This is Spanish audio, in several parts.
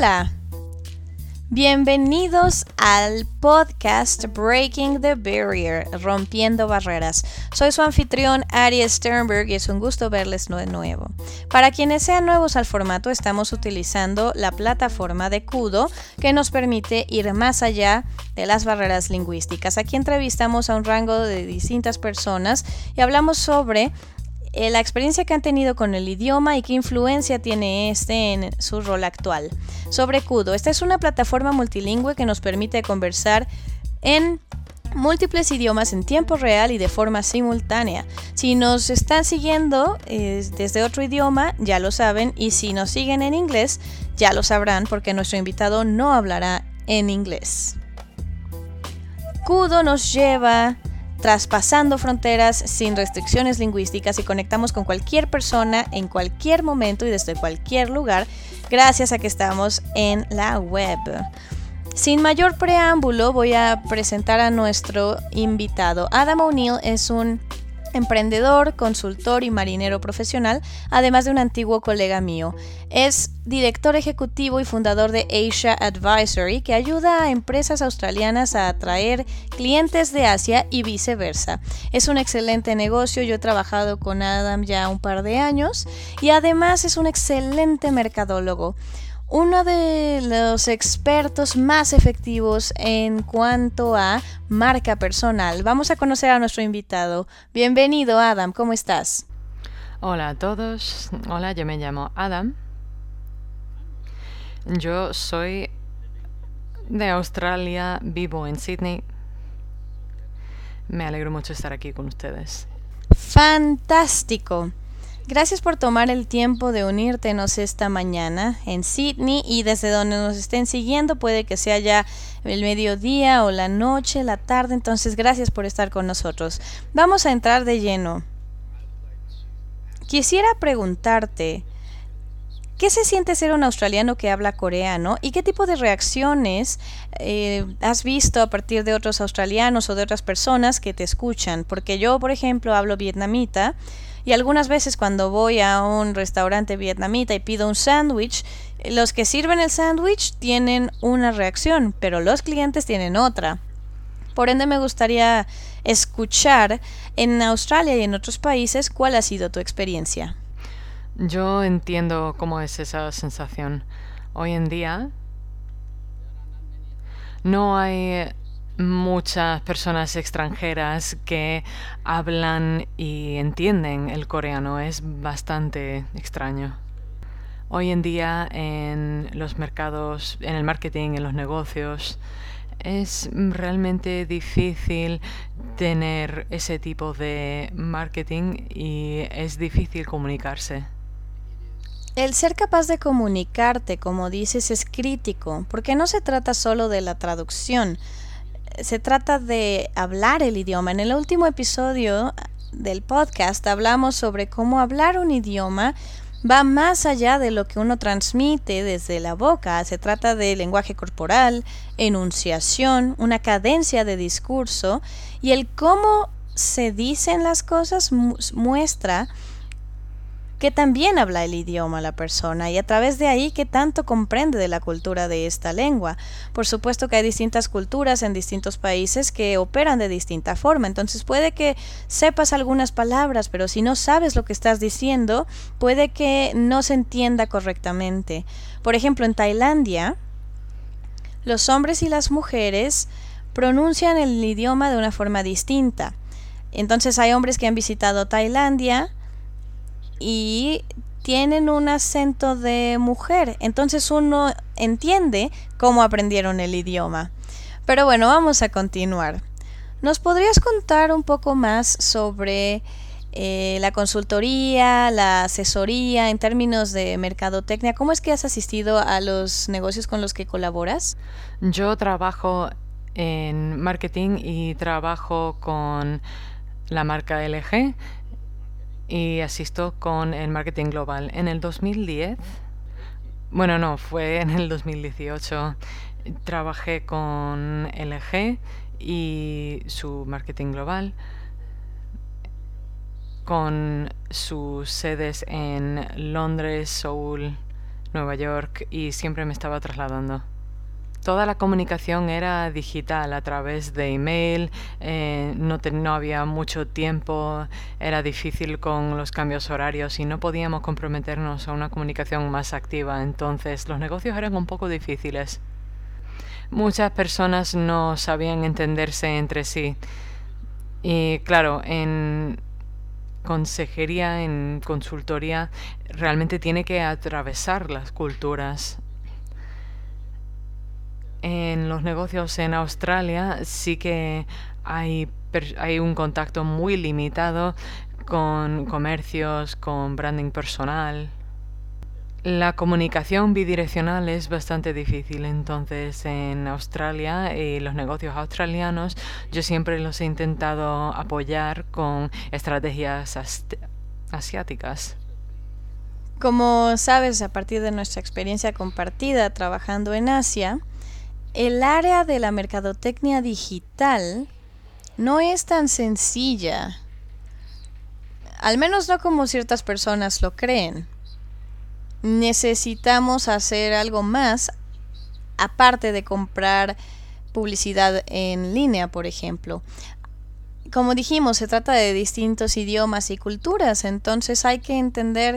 Hola, bienvenidos al podcast Breaking the Barrier, Rompiendo Barreras. Soy su anfitrión Ari Sternberg y es un gusto verles de nuevo. Para quienes sean nuevos al formato, estamos utilizando la plataforma de Kudo que nos permite ir más allá de las barreras lingüísticas. Aquí entrevistamos a un rango de distintas personas y hablamos sobre la experiencia que han tenido con el idioma y qué influencia tiene este en su rol actual. Sobre Kudo, esta es una plataforma multilingüe que nos permite conversar en múltiples idiomas en tiempo real y de forma simultánea. Si nos están siguiendo desde otro idioma, ya lo saben, y si nos siguen en inglés, ya lo sabrán porque nuestro invitado no hablará en inglés. Kudo nos lleva traspasando fronteras sin restricciones lingüísticas y conectamos con cualquier persona en cualquier momento y desde cualquier lugar gracias a que estamos en la web. Sin mayor preámbulo voy a presentar a nuestro invitado. Adam O'Neill es un emprendedor, consultor y marinero profesional, además de un antiguo colega mío. Es director ejecutivo y fundador de Asia Advisory, que ayuda a empresas australianas a atraer clientes de Asia y viceversa. Es un excelente negocio, yo he trabajado con Adam ya un par de años y además es un excelente mercadólogo. Uno de los expertos más efectivos en cuanto a marca personal. Vamos a conocer a nuestro invitado. Bienvenido, Adam, ¿cómo estás? Hola a todos. Hola, yo me llamo Adam. Yo soy de Australia, vivo en Sydney. Me alegro mucho estar aquí con ustedes. Fantástico. Gracias por tomar el tiempo de unírtenos esta mañana en Sydney y desde donde nos estén siguiendo, puede que sea ya el mediodía o la noche, la tarde, entonces gracias por estar con nosotros. Vamos a entrar de lleno. Quisiera preguntarte, ¿qué se siente ser un australiano que habla coreano y qué tipo de reacciones has visto a partir de otros australianos o de otras personas que te escuchan? Porque yo, por ejemplo, hablo vietnamita. Y algunas veces cuando voy a un restaurante vietnamita y pido un sándwich, los que sirven el sándwich tienen una reacción, pero los clientes tienen otra. Por ende, me gustaría escuchar en Australia y en otros países cuál ha sido tu experiencia. Yo entiendo cómo es esa sensación. Hoy en día no hay muchas personas extranjeras que hablan y entienden el coreano. Es bastante extraño. Hoy en día en los mercados, en el marketing, en los negocios, es realmente difícil tener ese tipo de marketing y es difícil comunicarse. El ser capaz de comunicarte, como dices, es crítico, porque no se trata solo de la traducción. Se trata de hablar el idioma. En el último episodio del podcast hablamos sobre cómo hablar un idioma va más allá de lo que uno transmite desde la boca. Se trata de lenguaje corporal, enunciación, una cadencia de discurso y el cómo se dicen las cosas muestra que también habla el idioma la persona y a través de ahí que tanto comprende de la cultura de esta lengua. Por supuesto que hay distintas culturas en distintos países que operan de distinta forma, entonces puede que sepas algunas palabras, pero si no sabes lo que estás diciendo, puede que no se entienda correctamente. Por ejemplo, en Tailandia, los hombres y las mujeres pronuncian el idioma de una forma distinta. Entonces hay hombres que han visitado Tailandia y tienen un acento de mujer, entonces uno entiende cómo aprendieron el idioma. Pero bueno, vamos a continuar. ¿Nos podrías contar un poco más sobre la consultoría, la asesoría en términos de mercadotecnia? ¿Cómo es que has asistido a los negocios con los que colaboras? Yo trabajo en marketing y trabajo con la marca LG. Y asisto con el marketing global. En el 2010, bueno, no, fue en el 2018, trabajé con LG y su marketing global con sus sedes en Londres, Seúl, Nueva York y siempre me estaba trasladando. Toda la comunicación era digital a través de email, no había mucho tiempo, era difícil con los cambios horarios y no podíamos comprometernos a una comunicación más activa, entonces los negocios eran un poco difíciles. Muchas personas no sabían entenderse entre sí y claro, en consejería, en consultoría, realmente tiene que atravesar las culturas. En los negocios en Australia sí que hay un contacto muy limitado con comercios, con branding personal. La comunicación bidireccional es bastante difícil, entonces en Australia y los negocios australianos yo siempre los he intentado apoyar con estrategias asiáticas. Como sabes, a partir de nuestra experiencia compartida trabajando en Asia, el área de la mercadotecnia digital no es tan sencilla, al menos no como ciertas personas lo creen. Necesitamos hacer algo más aparte de comprar publicidad en línea, por ejemplo. Como dijimos, se trata de distintos idiomas y culturas, entonces hay que entender,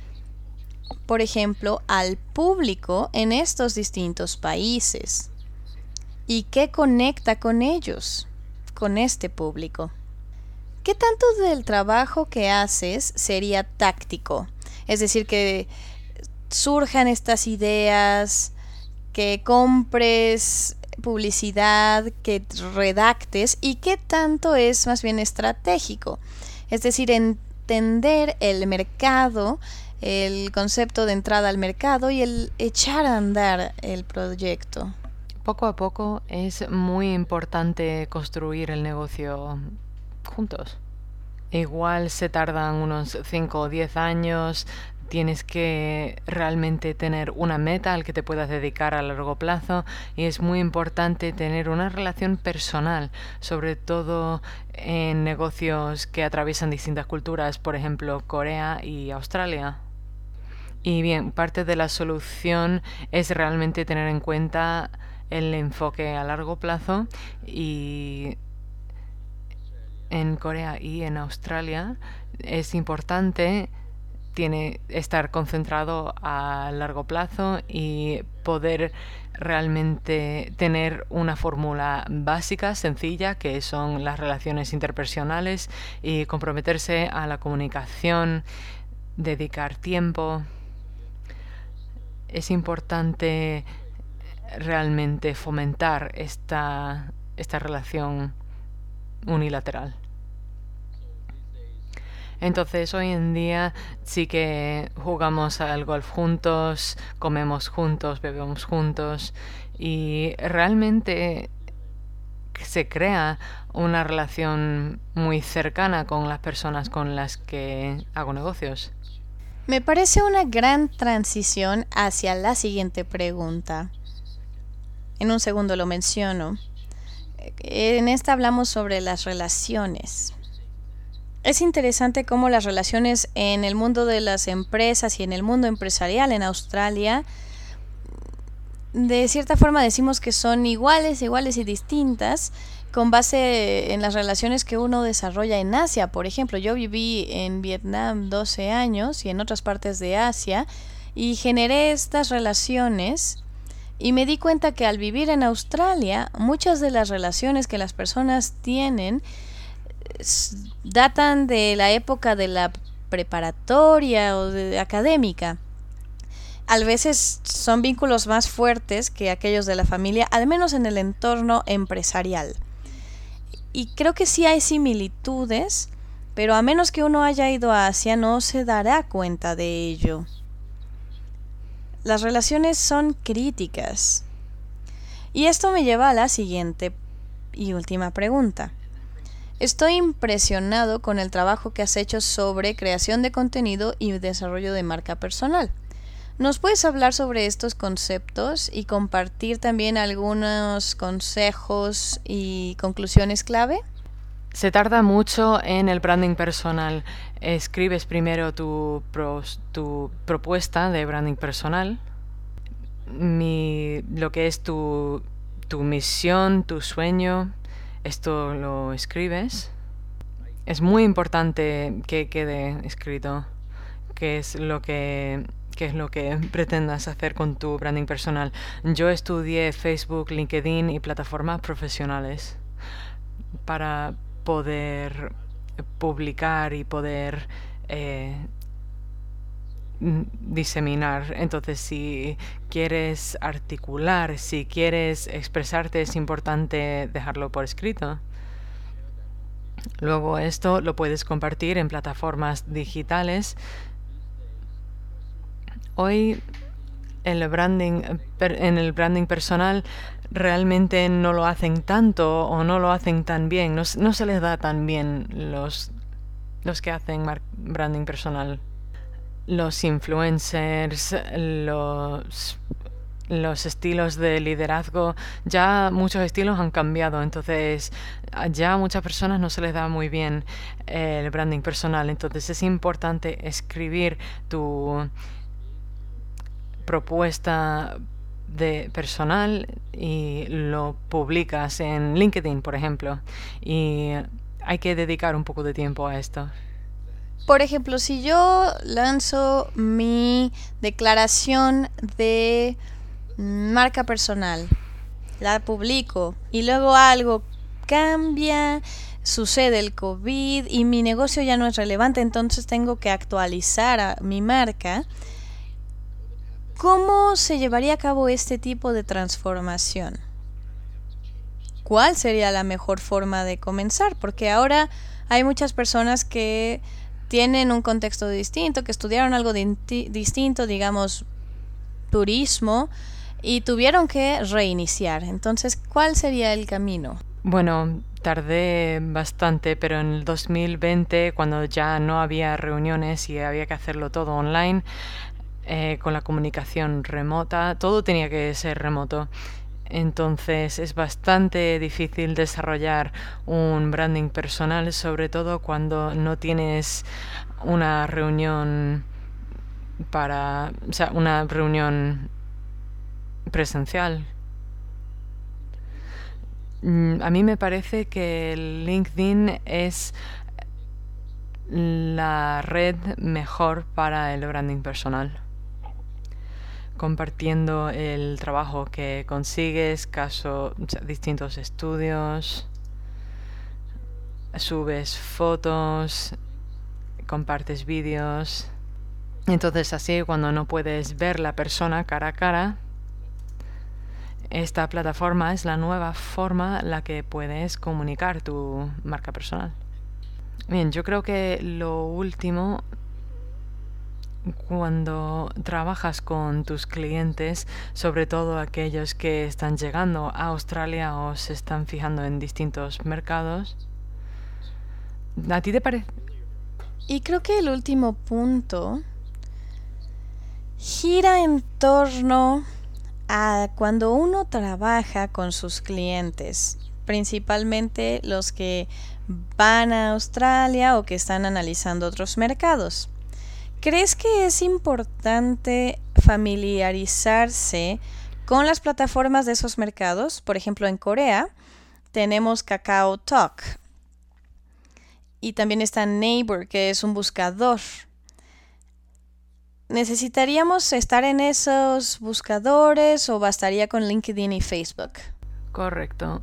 por ejemplo, al público en estos distintos países. ¿Y qué conecta con ellos, con este público? ¿Qué tanto del trabajo que haces sería táctico? Es decir, que surjan estas ideas, que compres publicidad, que redactes, y qué tanto es más bien estratégico. Es decir, entender el mercado, el concepto de entrada al mercado y el echar a andar el proyecto. Poco a poco es muy importante construir el negocio juntos. Igual se tardan unos 5 o 10 años, tienes que realmente tener una meta al que te puedas dedicar a largo plazo y es muy importante tener una relación personal, sobre todo en negocios que atraviesan distintas culturas, por ejemplo Corea y Australia. Y bien, parte de la solución es realmente tener en cuenta el enfoque a largo plazo y en Corea y en Australia es importante estar concentrado a largo plazo y poder realmente tener una fórmula básica, sencilla, que son las relaciones interpersonales y comprometerse a la comunicación, dedicar tiempo. Es importante realmente fomentar esta relación unilateral. Entonces hoy en día sí que jugamos al golf juntos, comemos juntos, bebemos juntos y realmente se crea una relación muy cercana con las personas con las que hago negocios. Me parece una gran transición hacia la siguiente pregunta. En un segundo lo menciono. En esta hablamos sobre las relaciones. Es interesante cómo las relaciones en el mundo de las empresas y en el mundo empresarial en Australia, de cierta forma decimos que son iguales y distintas, con base en las relaciones que uno desarrolla en Asia. Por ejemplo, yo viví en Vietnam 12 años y en otras partes de Asia y generé estas relaciones y me di cuenta que al vivir en Australia, muchas de las relaciones que las personas tienen datan de la época de la preparatoria o académica. A veces son vínculos más fuertes que aquellos de la familia, al menos en el entorno empresarial. Y creo que sí hay similitudes, pero a menos que uno haya ido a Asia no se dará cuenta de ello. Las relaciones son críticas. Y esto me lleva a la siguiente y última pregunta. Estoy impresionado con el trabajo que has hecho sobre creación de contenido y desarrollo de marca personal. ¿Nos puedes hablar sobre estos conceptos y compartir también algunos consejos y conclusiones clave? Se tarda mucho en el branding personal. Escribes primero tu propuesta de branding personal lo que es tu misión, tu sueño, esto lo escribes. Es muy importante que quede escrito qué es lo que pretendas hacer con tu branding personal. Yo estudié Facebook, LinkedIn y plataformas profesionales para poder publicar y poder diseminar. Entonces, si quieres articular, si quieres expresarte, es importante dejarlo por escrito. Luego esto lo puedes compartir en plataformas digitales. Hoy en el branding personal realmente no lo hacen tanto o no lo hacen tan bien. No se les da tan bien los que hacen branding personal. Los influencers, los estilos de liderazgo, ya muchos estilos han cambiado, entonces ya a muchas personas no se les da muy bien el branding personal, entonces es importante escribir tu propuesta de personal y lo publicas en LinkedIn, por ejemplo, y hay que dedicar un poco de tiempo a esto. Por ejemplo, si yo lanzo mi declaración de marca personal, la publico y luego algo cambia, sucede el COVID y mi negocio ya no es relevante, entonces tengo que actualizar a mi marca. ¿Cómo se llevaría a cabo este tipo de transformación? ¿Cuál sería la mejor forma de comenzar? Porque ahora hay muchas personas que tienen un contexto distinto, que estudiaron algo distinto, digamos, turismo, y tuvieron que reiniciar. Entonces, ¿cuál sería el camino? Bueno, tardé bastante, pero en el 2020, cuando ya no había reuniones y había que hacerlo todo online, con la comunicación remota, todo tenía que ser remoto. Entonces es bastante difícil desarrollar un branding personal, sobre todo cuando no tienes una reunión una reunión presencial. A mí me parece que LinkedIn es la red mejor para el branding personal. Compartiendo el trabajo que consigues, distintos estudios, subes fotos, compartes vídeos. Entonces así, cuando no puedes ver la persona cara a cara, esta plataforma es la nueva forma en la que puedes comunicar tu marca personal. Bien, yo creo que lo último, cuando trabajas con tus clientes, sobre todo aquellos que están llegando a Australia o se están fijando en distintos mercados, ¿a ti te parece? Y creo que el último punto gira en torno a cuando uno trabaja con sus clientes, principalmente los que van a Australia o que están analizando otros mercados. ¿Crees que es importante familiarizarse con las plataformas de esos mercados? Por ejemplo, en Corea tenemos KakaoTalk y también está Naver, que es un buscador. ¿Necesitaríamos estar en esos buscadores o bastaría con LinkedIn y Facebook? Correcto.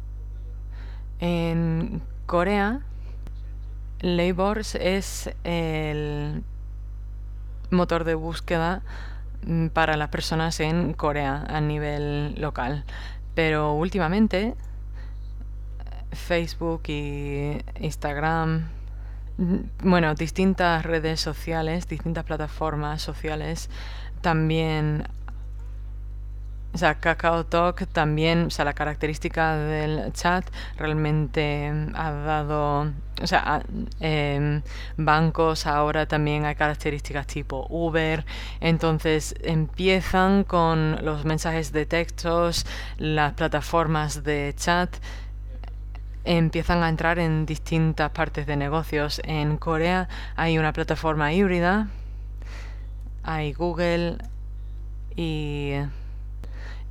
En Corea, Naver es el motor de búsqueda para las personas en Corea a nivel local. Pero últimamente Facebook y Instagram, bueno, distintas redes sociales, distintas plataformas sociales también, o sea, KakaoTalk también, o sea, la característica del chat realmente ha dado, o sea, bancos ahora también hay características tipo Uber, entonces empiezan con los mensajes de textos, las plataformas de chat empiezan a entrar en distintas partes de negocios. En Corea hay una plataforma híbrida, hay Google y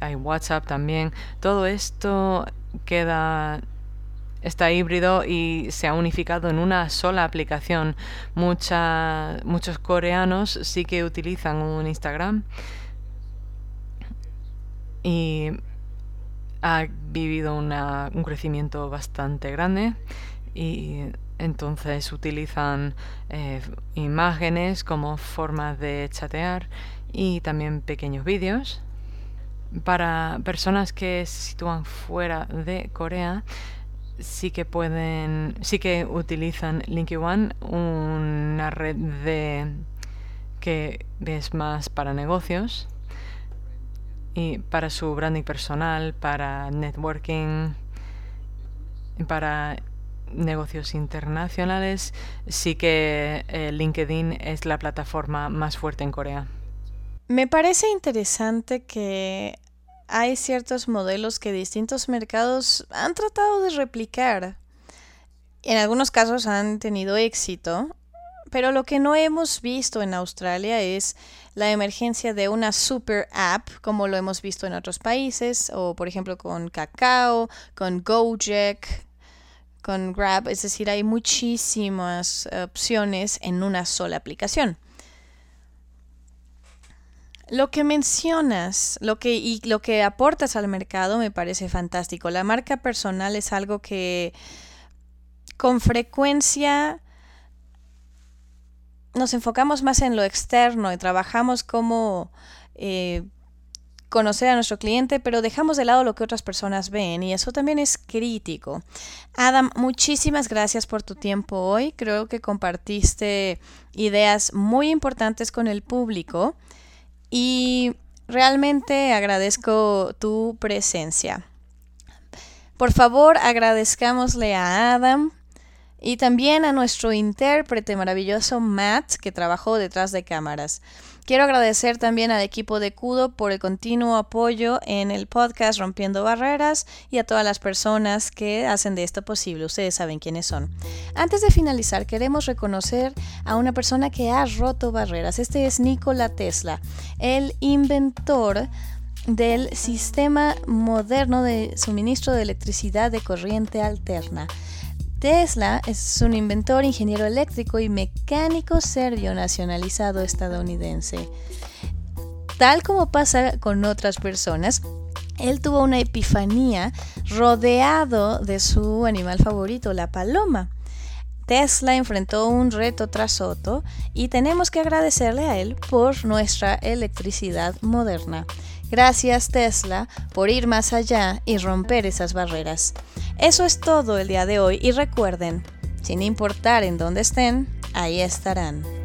hay WhatsApp también. Todo esto está híbrido y se ha unificado en una sola aplicación. Muchos coreanos sí que utilizan un Instagram y ha vivido un crecimiento bastante grande, y entonces utilizan imágenes como forma de chatear y también pequeños vídeos. Para personas que se sitúan fuera de Corea, sí que utilizan LinkedIn, una red que es más para negocios y para su branding personal, para networking, para negocios internacionales. Sí que LinkedIn es la plataforma más fuerte en Corea. Me parece interesante que hay ciertos modelos que distintos mercados han tratado de replicar. En algunos casos han tenido éxito, pero lo que no hemos visto en Australia es la emergencia de una super app, como lo hemos visto en otros países, o por ejemplo con Kakao, con Gojek, con Grab. Es decir, hay muchísimas opciones en una sola aplicación. Lo que mencionas, lo que aportas al mercado me parece fantástico. La marca personal es algo que con frecuencia nos enfocamos más en lo externo y trabajamos como conocer a nuestro cliente, pero dejamos de lado lo que otras personas ven, y eso también es crítico. Adam, muchísimas gracias por tu tiempo hoy. Creo que compartiste ideas muy importantes con el público y realmente agradezco tu presencia. Por favor, agradezcámosle a Adam y también a nuestro intérprete maravilloso Matt, que trabajó detrás de cámaras. Quiero agradecer también al equipo de Kudo por el continuo apoyo en el podcast Rompiendo Barreras, y a todas las personas que hacen de esto posible. Ustedes saben quiénes son. Antes de finalizar, queremos reconocer a una persona que ha roto barreras. Este es Nikola Tesla, el inventor del sistema moderno de suministro de electricidad de corriente alterna. Tesla es un inventor, ingeniero eléctrico y mecánico serbio nacionalizado estadounidense. Tal como pasa con otras personas, él tuvo una epifanía rodeado de su animal favorito, la paloma. Tesla enfrentó un reto tras otro y tenemos que agradecerle a él por nuestra electricidad moderna. Gracias, Tesla, por ir más allá y romper esas barreras. Eso es todo el día de hoy, y recuerden, sin importar en dónde estén, ahí estarán.